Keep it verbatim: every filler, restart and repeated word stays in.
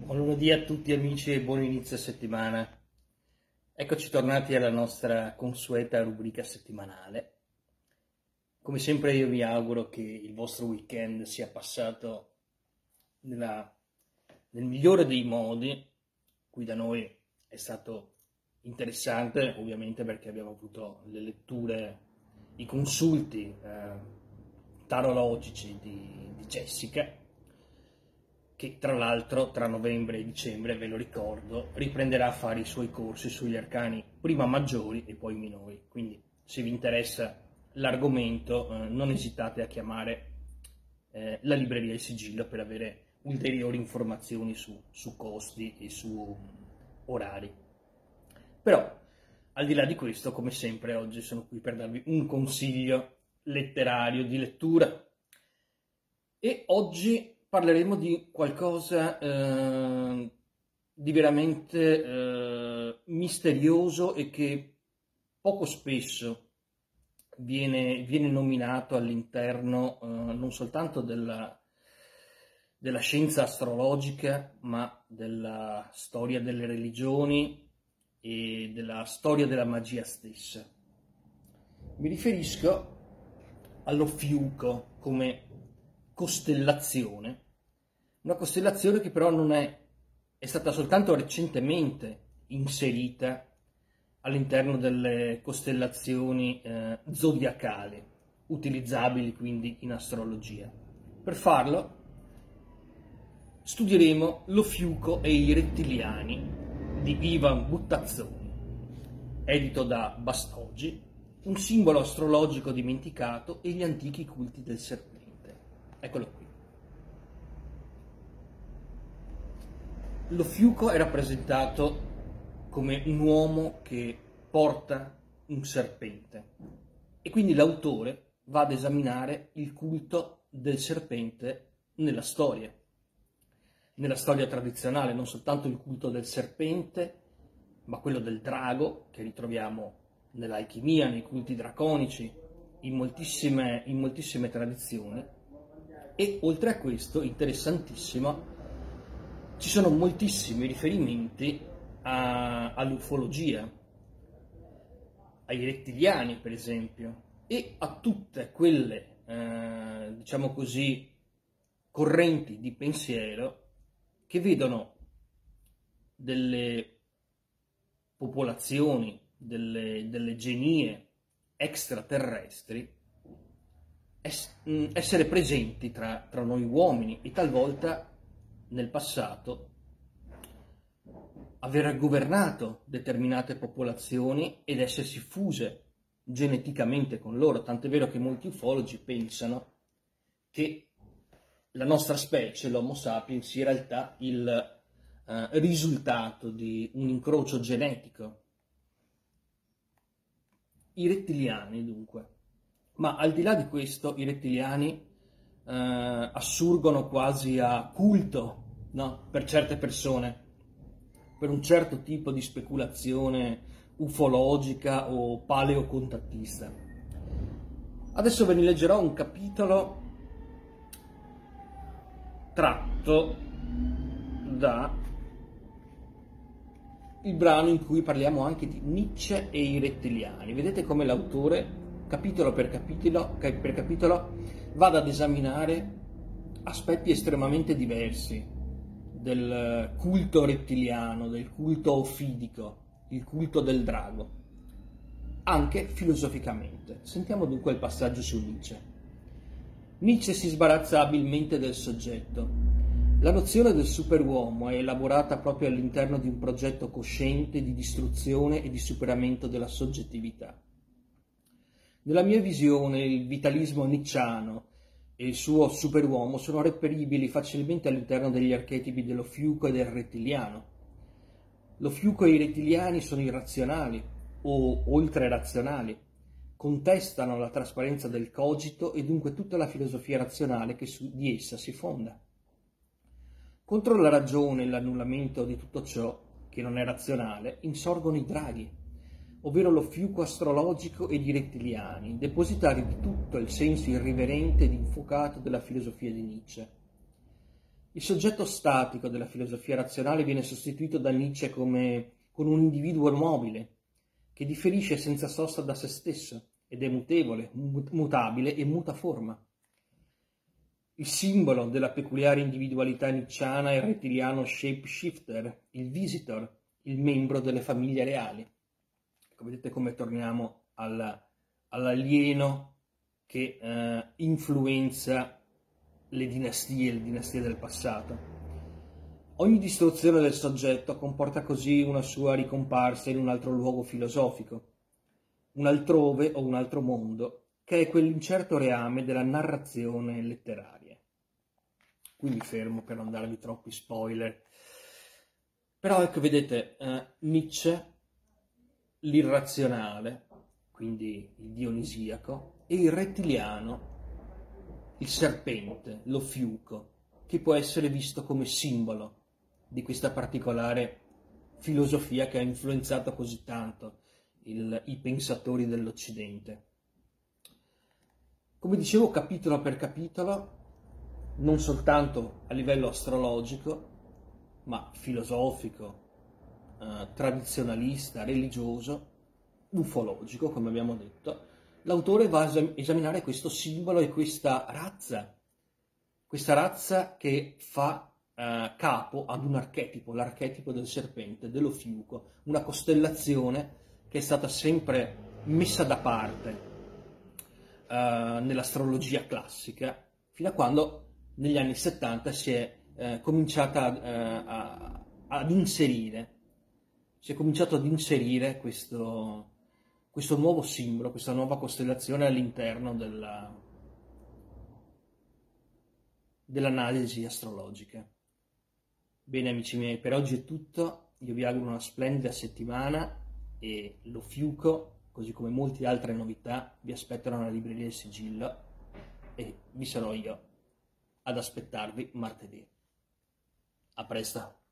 Buon lunedì a tutti amici e buon inizio settimana. Eccoci tornati alla nostra consueta rubrica settimanale. Come sempre io vi auguro che il vostro weekend sia passato nella, nel migliore dei modi. Qui da noi è stato interessante, ovviamente perché abbiamo avuto le letture, i consulti eh, tarologici di, di Jessica, che tra l'altro tra novembre e dicembre, ve lo ricordo, riprenderà a fare i suoi corsi sugli arcani prima maggiori e poi minori. Quindi se vi interessa l'argomento eh, non esitate a chiamare eh, la libreria Il Sigillo per avere ulteriori informazioni su, su costi e su orari. Però al di là di questo, come sempre, oggi sono qui per darvi un consiglio letterario di lettura e oggi parleremo di qualcosa eh, di veramente eh, misterioso e che poco spesso viene, viene nominato all'interno eh, non soltanto della, della scienza astrologica, ma della storia delle religioni e della storia della magia stessa. Mi riferisco all'Ofiuco come costellazione, una costellazione che però non è, è stata soltanto recentemente inserita all'interno delle costellazioni eh, zodiacali, utilizzabili quindi in astrologia. Per farlo studieremo l'Ofiuco e i rettiliani di Ivan Buttazzoni, edito da Bastogi, un simbolo astrologico dimenticato e gli antichi culti del serpente. Eccolo qui. L'Ofiuco è rappresentato come un uomo che porta un serpente e quindi l'autore va ad esaminare il culto del serpente nella storia. Nella storia tradizionale, non soltanto il culto del serpente, ma quello del drago, che ritroviamo nell'alchimia, nei culti draconici, in moltissime, in moltissime tradizioni. E oltre a questo, interessantissimo, ci sono moltissimi riferimenti a, all'ufologia, ai rettiliani per esempio, e a tutte quelle, eh, diciamo così, correnti di pensiero che vedono delle popolazioni, delle, delle genie extraterrestri essere presenti tra, tra noi uomini e talvolta nel passato aver governato determinate popolazioni ed essersi fuse geneticamente con loro, tant'è vero che molti ufologi pensano che la nostra specie, l'Homo sapiens, sia in realtà il eh, risultato di un incrocio genetico. I rettiliani, dunque. Ma al di là di questo, i rettiliani eh, assurgono quasi a culto, no? Per certe persone, per un certo tipo di speculazione ufologica o paleocontattista. Adesso ve ne leggerò un capitolo tratto da il brano in cui parliamo anche di Nietzsche e i rettiliani. Vedete come l'autore, capitolo per capitolo, per capitolo, vada ad esaminare aspetti estremamente diversi del culto rettiliano, del culto ofidico, il culto del drago, anche filosoficamente. Sentiamo dunque il passaggio su Nietzsche. Nietzsche si sbarazza abilmente del soggetto. La nozione del superuomo è elaborata proprio all'interno di un progetto cosciente di distruzione e di superamento della soggettività. Nella mia visione, il vitalismo nietzschiano e il suo superuomo sono reperibili facilmente all'interno degli archetipi dell'Ofiuco e del rettiliano. L'Ofiuco e i rettiliani sono irrazionali o oltre-razionali, contestano la trasparenza del cogito e dunque tutta la filosofia razionale che su di essa si fonda. Contro la ragione e l'annullamento di tutto ciò che non è razionale insorgono i draghi, ovvero l'Ofiuco astrologico e i rettiliani, depositari di tutto il senso irriverente ed infuocato della filosofia di Nietzsche. Il soggetto statico della filosofia razionale viene sostituito da Nietzsche come con un individuo mobile, che differisce senza sosta da se stesso ed è mutevole, mutabile e muta forma. Il simbolo della peculiare individualità nietzschiana è il rettiliano shapeshifter, il visitor, il membro delle famiglie reali. Ecco, vedete come torniamo al, all'alieno che eh, influenza le dinastie, le dinastie del passato. Ogni distruzione del soggetto comporta così una sua ricomparsa in un altro luogo filosofico, un altrove o un altro mondo, che è quell'incerto reame della narrazione letteraria. Qui mi fermo per non darvi troppi spoiler. Però ecco, vedete, eh, Nietzsche, l'irrazionale, quindi il dionisiaco, e il rettiliano, il serpente, lo fiuco, che può essere visto come simbolo di questa particolare filosofia che ha influenzato così tanto il, i pensatori dell'Occidente. Come dicevo, capitolo per capitolo, non soltanto a livello astrologico, ma filosofico, eh, tradizionalista, religioso, ufologico, come abbiamo detto, l'autore va a esaminare questo simbolo e questa razza, questa razza che fa eh, capo ad un archetipo, l'archetipo del serpente, dello fiuco, una costellazione che è stata sempre messa da parte eh, nell'astrologia classica, fino a quando negli anni settanta si è eh, cominciata eh, a, ad inserire, si è cominciato ad inserire questo, questo nuovo simbolo, questa nuova costellazione all'interno della, dell'analisi astrologica. Bene amici miei, per oggi è tutto, io vi auguro una splendida settimana e lo fiuco, così come molte altre novità, vi aspettano alla libreria del Sigillo e vi sarò io ad aspettarvi martedì. A presto!